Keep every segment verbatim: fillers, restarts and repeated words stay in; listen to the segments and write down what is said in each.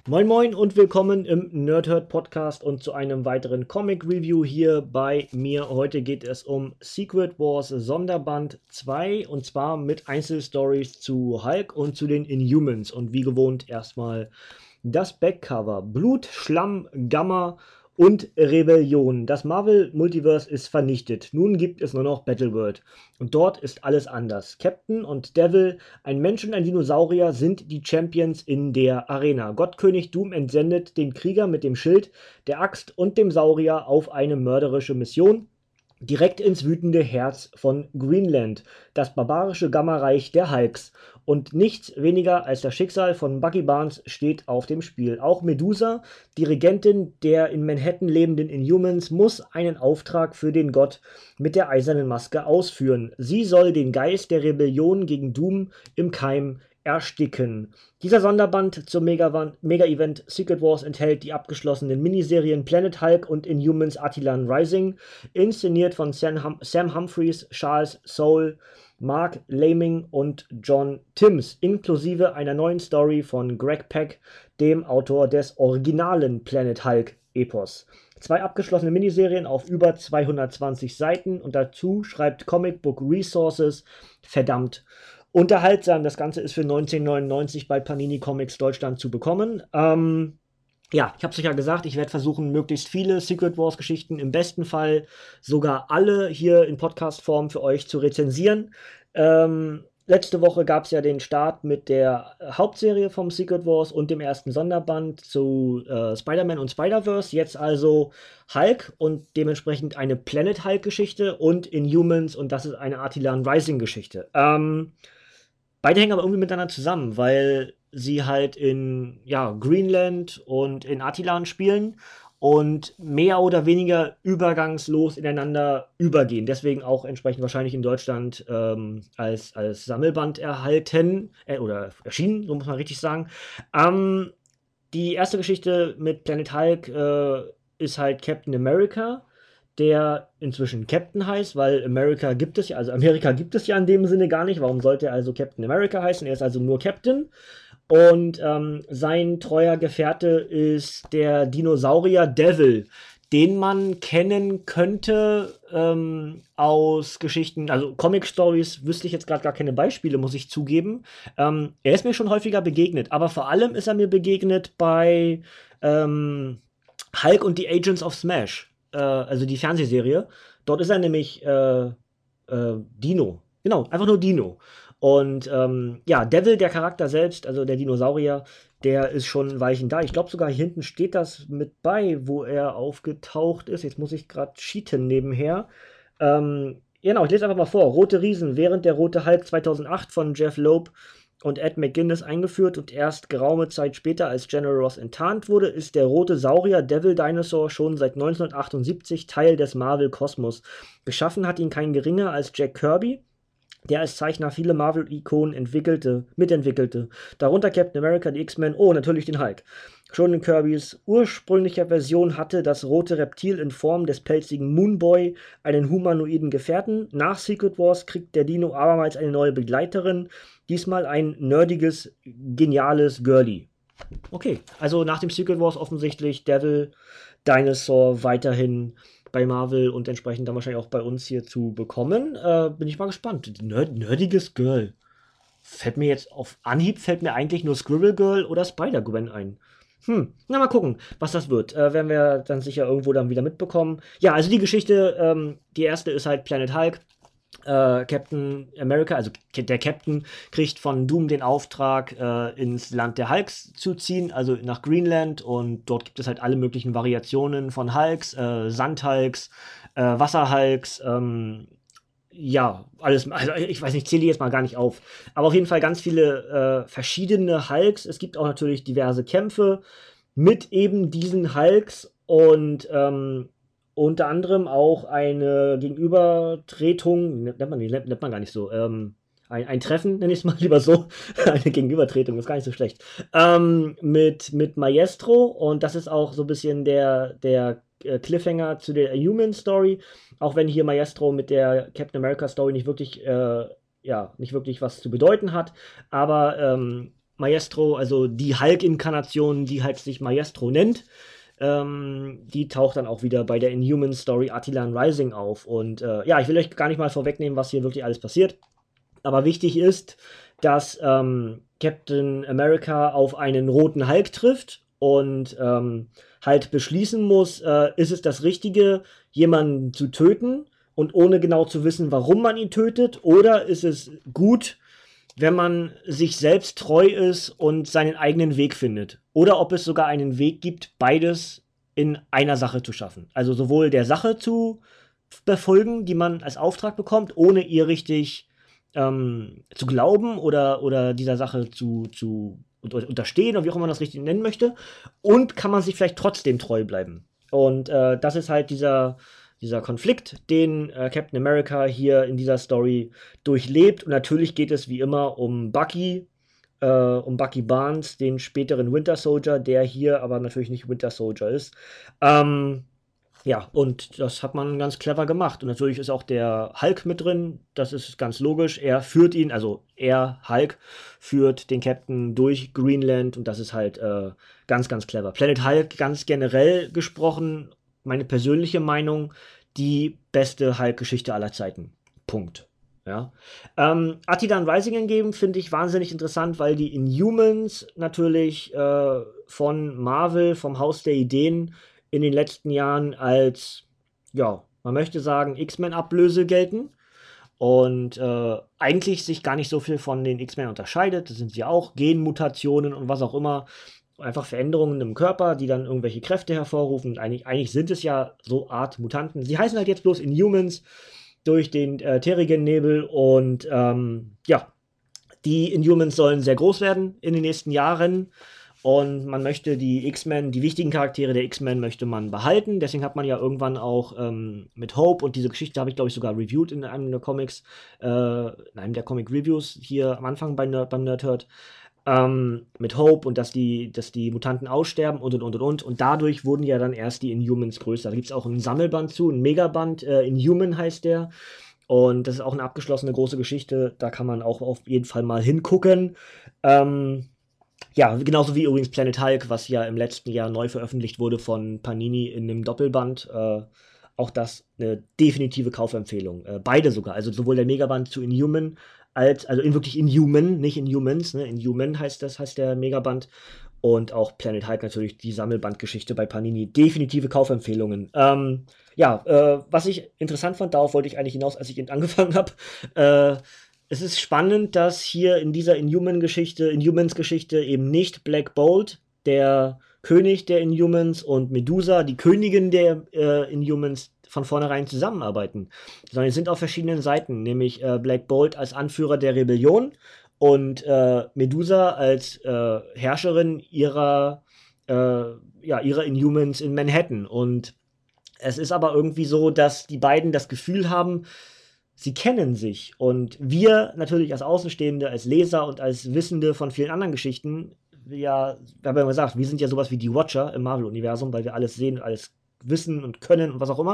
Moin Moin und willkommen im Nerdhurt Podcast und zu einem weiteren Comic Review hier bei mir. Heute geht es um Secret Wars Sonderband zwei und zwar mit Einzelstories zu Hulk und zu den Inhumans und wie gewohnt erstmal das Backcover. Blut, Schlamm, Gamma und Rebellion. Das Marvel Multiverse ist vernichtet. Nun gibt es nur noch Battleworld. Und dort ist alles anders. Captain und Devil, ein Mensch und ein Dinosaurier, sind die Champions in der Arena. Gottkönig Doom entsendet den Krieger mit dem Schild, der Axt und dem Saurier auf eine mörderische Mission. Direkt ins wütende Herz von Greenland, das barbarische Gamma-Reich der Hulks. Und nichts weniger als das Schicksal von Bucky Barnes steht auf dem Spiel. Auch Medusa, die Regentin der in Manhattan lebenden Inhumans, muss einen Auftrag für den Gott mit der eisernen Maske ausführen. Sie soll den Geist der Rebellion gegen Doom im Keim ersticken. Dieser Sonderband zum Mega-Event Secret Wars enthält die abgeschlossenen Miniserien Planet Hulk und Inhumans Attilan Rising, inszeniert von Sam, hum Sam Humphries, Charles Soule, Mark Laming und John Timms, inklusive einer neuen Story von Greg Pak, dem Autor des originalen Planet Hulk Epos. Zwei abgeschlossene Miniserien auf über zweihundertzwanzig Seiten und dazu schreibt Comic Book Resources verdammt unterhaltsam. Das Ganze ist für neunzehnhundertneunundneunzig bei Panini Comics Deutschland zu bekommen. Ähm, ja, ich habe es euch ja gesagt, ich werde versuchen, möglichst viele Secret Wars Geschichten, im besten Fall sogar alle hier in Podcast-Form für euch zu rezensieren. Ähm, letzte Woche gab es ja den Start mit der Hauptserie vom Secret Wars und dem ersten Sonderband zu äh, Spider-Man und Spider-Verse. Jetzt also Hulk und dementsprechend eine Planet Hulk-Geschichte und Inhumans und das ist eine Attilan Rising-Geschichte. Ähm, Beide hängen aber irgendwie miteinander zusammen, weil sie halt in ja, Greenland und in Attilan spielen und mehr oder weniger übergangslos ineinander übergehen. Deswegen auch entsprechend wahrscheinlich in Deutschland ähm, als, als Sammelband erhalten äh, oder erschienen, so muss man richtig sagen. Ähm, die erste Geschichte mit Planet Hulk äh, ist halt Captain America, der inzwischen Captain heißt, weil America gibt es ja, also Amerika gibt es ja in dem Sinne gar nicht. Warum sollte er also Captain America heißen? Er ist also nur Captain. Und ähm, sein treuer Gefährte ist der Dinosaurier Devil, den man kennen könnte ähm, aus Geschichten, also Comic-Stories wüsste ich jetzt gerade gar keine Beispiele, muss ich zugeben. Ähm, er ist mir schon häufiger begegnet, aber vor allem ist er mir begegnet bei ähm, Hulk und die Agents of Smash, äh, also die Fernsehserie. Dort ist er nämlich äh, äh, Dino. Genau, einfach nur Dino. Und ähm, ja, Devil, der Charakter selbst, also der Dinosaurier, der ist schon ein Weilchen da. Ich glaube sogar hier hinten steht das mit bei, wo er aufgetaucht ist. Jetzt muss ich gerade cheaten nebenher. Ähm, genau, ich lese einfach mal vor. Rote Riesen, während der Rote Hulk zweitausendacht von Jeff Loeb und Ed McGuinness eingeführt und erst geraume Zeit später als General Ross enttarnt wurde, ist der rote Saurier Devil Dinosaur schon seit neunzehnhundertachtundsiebzig Teil des Marvel-Kosmos. Geschaffen hat ihn kein geringer als Jack Kirby, der als Zeichner viele Marvel-Ikonen entwickelte, mitentwickelte. Darunter Captain America, die X-Men, oh, natürlich den Hulk. Schon in Kirbys ursprünglicher Version hatte das rote Reptil in Form des pelzigen Moonboy einen humanoiden Gefährten. Nach Secret Wars kriegt der Dino abermals eine neue Begleiterin, diesmal ein nerdiges, geniales Girlie. Okay, also nach dem Secret Wars offensichtlich Devil, Dinosaur weiterhin bei Marvel und entsprechend dann wahrscheinlich auch bei uns hier zu bekommen. Äh, bin ich mal gespannt. Nerd nerdiges Girl. Fällt mir jetzt auf Anhieb, fällt mir eigentlich nur Squirrel Girl oder Spider-Gwen ein. Hm, na mal gucken, was das wird. Äh, werden wir dann sicher irgendwo dann wieder mitbekommen. Ja, also die Geschichte, ähm, die erste ist halt Planet Hulk. Äh, Captain America, also der Captain, kriegt von Doom den Auftrag, äh, ins Land der Hulks zu ziehen, also nach Greenland. Und dort gibt es halt alle möglichen Variationen von Hulks, äh, Sandhulks, äh, Wasserhulks, ähm, ja, alles, also ich weiß nicht, zähle ich jetzt mal gar nicht auf. Aber auf jeden Fall ganz viele äh, verschiedene Hulks. Es gibt auch natürlich diverse Kämpfe mit eben diesen Hulks und ähm, unter anderem auch eine Gegenübertretung, nennt man, nennt, nennt man gar nicht so, ähm, ein, ein Treffen, nenne ich es mal lieber so, eine Gegenübertretung, ist gar nicht so schlecht, ähm, mit, mit Maestro und das ist auch so ein bisschen der, der äh, Cliffhanger zu der Human Story, auch wenn hier Maestro mit der Captain America Story nicht wirklich, äh, ja, nicht wirklich was zu bedeuten hat, aber ähm, Maestro, also die Hulk-Inkarnation, die halt sich Maestro nennt, ähm, die taucht dann auch wieder bei der Inhuman-Story Attilan Rising auf. Und äh, ja, ich will euch gar nicht mal vorwegnehmen, was hier wirklich alles passiert. Aber wichtig ist, dass ähm, Captain America auf einen roten Hulk trifft und ähm, halt beschließen muss, äh, ist es das Richtige, jemanden zu töten und ohne genau zu wissen, warum man ihn tötet, oder ist es gut, wenn man sich selbst treu ist und seinen eigenen Weg findet. Oder ob es sogar einen Weg gibt, beides in einer Sache zu schaffen. Also sowohl der Sache zu befolgen, die man als Auftrag bekommt, ohne ihr richtig ähm, zu glauben oder, oder dieser Sache zu, zu unterstehen oder wie auch immer man das richtig nennen möchte. Und kann man sich vielleicht trotzdem treu bleiben. Und äh, das ist halt dieser, dieser Konflikt, den äh, Captain America hier in dieser Story durchlebt. Und natürlich geht es wie immer um Bucky, äh, um Bucky Barnes, den späteren Winter Soldier, der hier aber natürlich nicht Winter Soldier ist. Ähm, ja, und das hat man ganz clever gemacht. Und natürlich ist auch der Hulk mit drin. Das ist ganz logisch. Er führt ihn, also er, Hulk, führt den Captain durch Greenland. Und das ist halt äh, ganz, ganz clever. Planet Hulk, ganz generell gesprochen, meine persönliche Meinung, die beste Hulk-Geschichte aller Zeiten. Punkt. Ja. Ähm, Attilan Rising hingegen finde ich wahnsinnig interessant, weil die Inhumans natürlich äh, von Marvel, vom Haus der Ideen, in den letzten Jahren als, ja, man möchte sagen, X-Men-Ablöse gelten und äh, eigentlich sich gar nicht so viel von den X-Men unterscheidet. Das sind sie auch, Genmutationen und was auch immer, einfach Veränderungen im Körper, die dann irgendwelche Kräfte hervorrufen. Eigentlich, eigentlich sind es ja so Art Mutanten. Sie heißen halt jetzt bloß Inhumans durch den äh, Terrigen-Nebel und ähm, ja, die Inhumans sollen sehr groß werden in den nächsten Jahren. Und man möchte die X-Men, die wichtigen Charaktere der X-Men möchte man behalten. Deswegen hat man ja irgendwann auch ähm, mit Hope, und diese Geschichte habe ich, glaube ich, sogar reviewed in einem der Comics, äh, in einem der Comic-Reviews hier am Anfang bei Nerd, beim Nerdhurt, ähm, mit Hope und dass die, dass die Mutanten aussterben und und und und und. Und dadurch wurden ja dann erst die Inhumans größer. Da gibt es auch einen Sammelband zu, ein Megaband, äh, Inhuman heißt der. Und das ist auch eine abgeschlossene große Geschichte. Da kann man auch auf jeden Fall mal hingucken. Ähm, Ja, genauso wie übrigens Planet Hulk, was ja im letzten Jahr neu veröffentlicht wurde von Panini in einem Doppelband. Äh, auch das eine definitive Kaufempfehlung. Äh, beide sogar. Also sowohl der Megaband zu Inhuman als, also in wirklich Inhuman, nicht Inhumans, ne? Inhuman heißt das, heißt der Megaband. Und auch Planet Hulk natürlich, die Sammelbandgeschichte bei Panini. Definitive Kaufempfehlungen. Ähm, ja, äh, was ich interessant fand, darauf wollte ich eigentlich hinaus, als ich angefangen habe. Äh, Es ist spannend, dass hier in dieser Inhuman-Geschichte, Inhumans-Geschichte eben nicht Black Bolt, der König der Inhumans, und Medusa, die Königin der äh, Inhumans, von vornherein zusammenarbeiten, sondern sie sind auf verschiedenen Seiten, nämlich äh, Black Bolt als Anführer der Rebellion und äh, Medusa als äh, Herrscherin ihrer, äh, ja, ihrer Inhumans in Manhattan. Und es ist aber irgendwie so, dass die beiden das Gefühl haben, sie kennen sich. Und wir natürlich als Außenstehende, als Leser und als Wissende von vielen anderen Geschichten, ja, wir haben ja gesagt, wir sind ja sowas wie die Watcher im Marvel-Universum, weil wir alles sehen und alles wissen und können und was auch immer.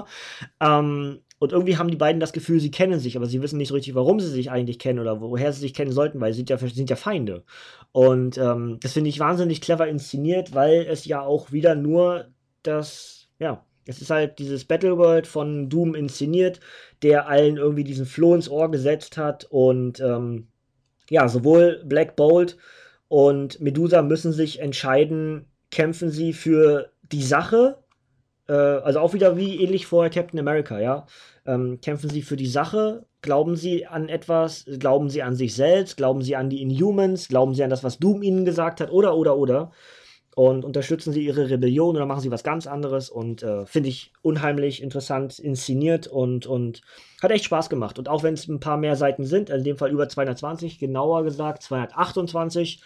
Ähm, und irgendwie haben die beiden das Gefühl, sie kennen sich, aber sie wissen nicht so richtig, warum sie sich eigentlich kennen oder woher sie sich kennen sollten, weil sie sind ja, sind ja Feinde. Und ähm, das finde ich wahnsinnig clever inszeniert, weil es ja auch wieder nur das, ja, es ist halt dieses Battleworld von Doom inszeniert, der allen irgendwie diesen Floh ins Ohr gesetzt hat. Und ähm, ja, sowohl Black Bolt und Medusa müssen sich entscheiden, kämpfen sie für die Sache, äh, also auch wieder wie ähnlich vorher Captain America, ja. Ähm, kämpfen sie für die Sache, glauben sie an etwas, glauben sie an sich selbst, glauben sie an die Inhumans, glauben sie an das, was Doom ihnen gesagt hat, oder, oder, oder. Und unterstützen sie ihre Rebellion oder machen sie was ganz anderes, und äh, finde ich unheimlich interessant inszeniert und, und hat echt Spaß gemacht. Und auch wenn es ein paar mehr Seiten sind, in dem Fall über zweihundertzwanzig, genauer gesagt zweihundertachtundzwanzig,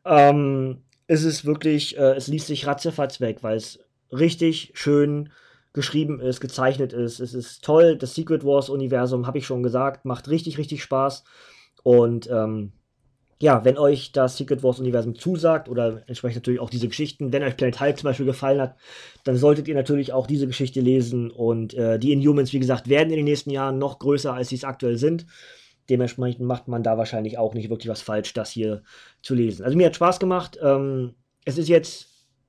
ähm, ist es wirklich, äh, es liest sich ratzefatz weg, weil es richtig schön geschrieben ist, gezeichnet ist. Es ist toll, das Secret Wars Universum, habe ich schon gesagt, macht richtig, richtig Spaß. Und ähm, ja, wenn euch das Secret Wars Universum zusagt oder entsprechend natürlich auch diese Geschichten, wenn euch Planet Hulk zum Beispiel gefallen hat, dann solltet ihr natürlich auch diese Geschichte lesen. Und äh, die Inhumans, wie gesagt, werden in den nächsten Jahren noch größer, als sie es aktuell sind. Dementsprechend macht man da wahrscheinlich auch nicht wirklich was falsch, das hier zu lesen. Also mir hat Spaß gemacht. Ähm, es ist jetzt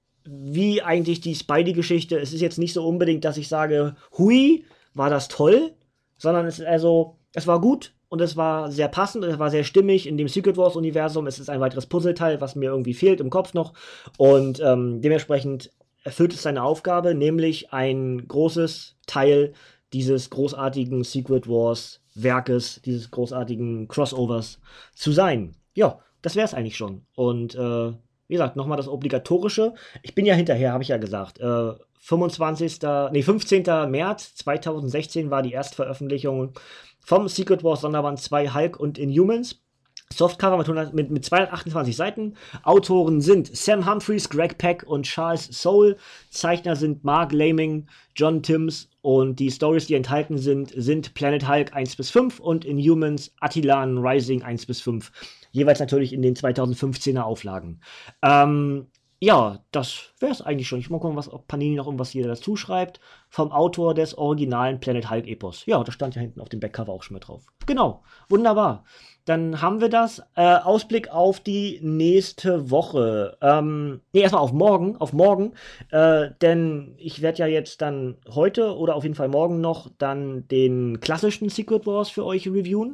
wie eigentlich die Spidey-Geschichte. Es ist jetzt nicht so unbedingt, dass ich sage, hui, war das toll, sondern es ist also, es war gut und es war sehr passend und es war sehr stimmig in dem Secret Wars-Universum. Es ist ein weiteres Puzzleteil, was mir irgendwie fehlt im Kopf noch. Und ähm, dementsprechend erfüllt es seine Aufgabe, nämlich ein großes Teil dieses großartigen Secret Wars Werkes, dieses großartigen Crossovers zu sein. Ja, das wäre es eigentlich schon. Und äh, wie gesagt, nochmal das Obligatorische. Ich bin ja hinterher, habe ich ja gesagt. Äh, fünfundzwanzigsten Nee, fünfzehnten März zweitausendsechzehn war die Erstveröffentlichung vom Secret Wars Sonderband zwei Hulk und Inhumans. Softcover mit, hundert, mit, mit zweihundertachtundzwanzig Seiten. Autoren sind Sam Humphries, Greg Pak und Charles Soule. Zeichner sind Mark Laming, John Timms. Und die Stories, die enthalten sind, sind Planet Hulk eins bis fünf und Inhumans Attilan Rising eins bis fünf. Jeweils natürlich in den zweitausendfünfzehner Auflagen. Ähm, ja, das wäre es eigentlich schon. Ich mal gucken, was ob Panini noch irgendwas hier dazu schreibt. Vom Autor des originalen Planet Hulk Epos. Ja, das stand ja hinten auf dem Backcover auch schon mit drauf. Genau, wunderbar. Dann haben wir das. Äh, Ausblick auf die nächste Woche. Ähm, nee, erstmal auf morgen. Auf morgen. Äh, denn ich werde ja jetzt dann heute oder auf jeden Fall morgen noch dann den klassischen Secret Wars für euch reviewen.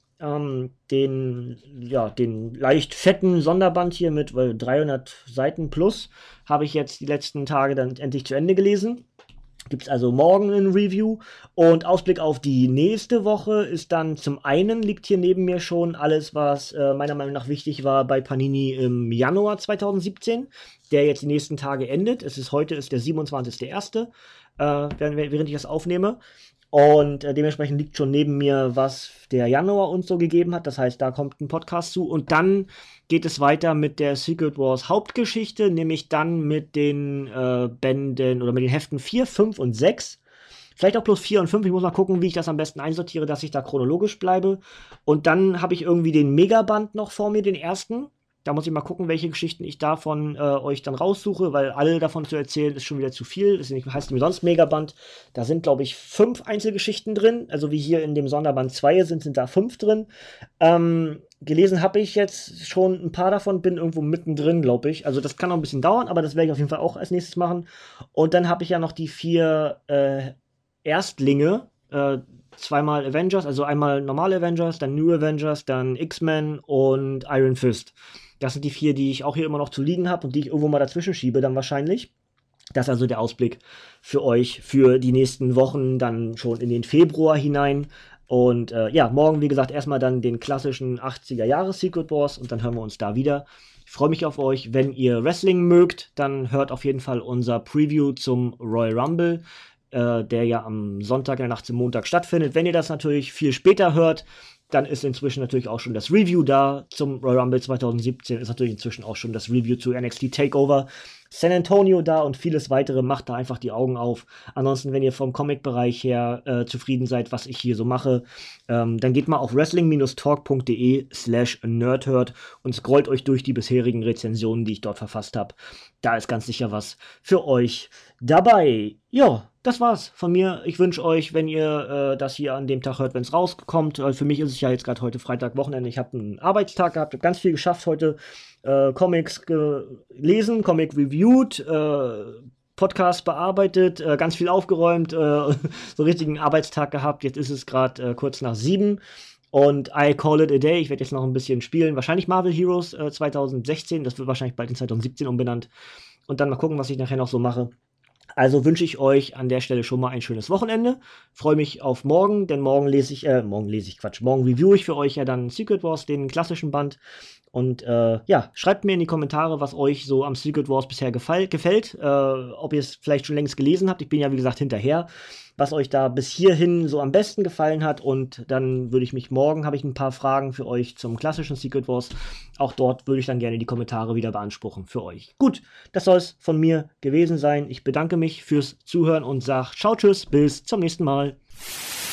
Ähm, den, ja, den leicht fetten Sonderband hier mit weil dreihundert Seiten plus habe ich jetzt die letzten Tage dann endlich zu Ende gelesen. Gibt es also morgen ein Review. Und Ausblick auf die nächste Woche ist dann zum einen, liegt hier neben mir schon alles, was äh, meiner Meinung nach wichtig war bei Panini im Januar zweitausendsiebzehn, der jetzt die nächsten Tage endet. Es ist heute ist der siebenundzwanzigster erste Äh, während, während ich das aufnehme. Und äh, dementsprechend liegt schon neben mir, was der Januar uns so gegeben hat. Das heißt, da kommt ein Podcast zu. Und dann geht es weiter mit der Secret Wars Hauptgeschichte, nämlich dann mit den äh, Bänden oder mit den Heften vier, fünf und sechs. Vielleicht auch plus vier und fünf. Ich muss mal gucken, wie ich das am besten einsortiere, dass ich da chronologisch bleibe. Und dann habe ich irgendwie den Megaband noch vor mir, den ersten. Da muss ich mal gucken, welche Geschichten ich davon äh, euch dann raussuche, weil alle davon zu erzählen ist schon wieder zu viel. Das heißt nicht sonst Megaband. Da sind, glaube ich, fünf Einzelgeschichten drin. Also wie hier in dem Sonderband zwei sind, sind da fünf drin. Ähm, gelesen habe ich jetzt schon ein paar davon, bin irgendwo mittendrin, glaube ich. Also das kann noch ein bisschen dauern, aber das werde ich auf jeden Fall auch als nächstes machen. Und dann habe ich ja noch die vier äh, Erstlinge. Äh, zweimal Avengers, also einmal normale Avengers, dann New Avengers, dann X-Men und Iron Fist. Das sind die vier, die ich auch hier immer noch zu liegen habe und die ich irgendwo mal dazwischen schiebe dann wahrscheinlich. Das ist also der Ausblick für euch für die nächsten Wochen, dann schon in den Februar hinein. Und äh, ja, morgen, wie gesagt, erstmal dann den klassischen achtziger-Jahres-Secret Wars und dann hören wir uns da wieder. Ich freue mich auf euch. Wenn ihr Wrestling mögt, dann hört auf jeden Fall unser Preview zum Royal Rumble, äh, der ja am Sonntag in der Nacht zum Montag stattfindet. Wenn ihr das natürlich viel später hört, dann ist inzwischen natürlich auch schon das Review da zum Royal Rumble zweitausendsiebzehn. Ist natürlich inzwischen auch schon das Review zu N X T Takeover San Antonio da und vieles weitere. Macht da einfach die Augen auf. Ansonsten, wenn ihr vom Comic-Bereich her äh, zufrieden seid, was ich hier so mache, ähm, dann geht mal auf wrestling-talk.de slash nerdhurt und scrollt euch durch die bisherigen Rezensionen, die ich dort verfasst habe. Da ist ganz sicher was für euch dabei. Ja, das war's von mir. Ich wünsche euch, wenn ihr äh, das hier an dem Tag hört, wenn es rauskommt, äh, für mich ist es ja jetzt gerade heute Freitag, Wochenende, ich habe einen Arbeitstag gehabt, habe ganz viel geschafft heute, äh, Comics gelesen, Comic reviewed, äh, Podcast bearbeitet, äh, ganz viel aufgeräumt, äh, so einen richtigen Arbeitstag gehabt. Jetzt ist es gerade äh, kurz nach sieben. Und I call it a day. Ich werde jetzt noch ein bisschen spielen. Wahrscheinlich Marvel Heroes äh, zweitausendsechzehn. Das wird wahrscheinlich bald in zweitausendsiebzehn umbenannt. Und dann mal gucken, was ich nachher noch so mache. Also wünsche ich euch an der Stelle schon mal ein schönes Wochenende. Freue mich auf morgen, denn morgen lese ich, äh, morgen lese ich, Quatsch, morgen review ich für euch ja dann Secret Wars, den klassischen Band. Und äh, ja, schreibt mir in die Kommentare, was euch so am Secret Wars bisher gefall, gefällt. Äh, ob ihr es vielleicht schon längst gelesen habt. Ich bin ja, wie gesagt, hinterher. Was euch da bis hierhin so am besten gefallen hat. Und dann würde ich mich morgen, habe ich ein paar Fragen für euch zum klassischen Secret Wars. Auch dort würde ich dann gerne die Kommentare wieder beanspruchen für euch. Gut, das soll es von mir gewesen sein. Ich bedanke mich fürs Zuhören und sage ciao, tschüss, bis zum nächsten Mal.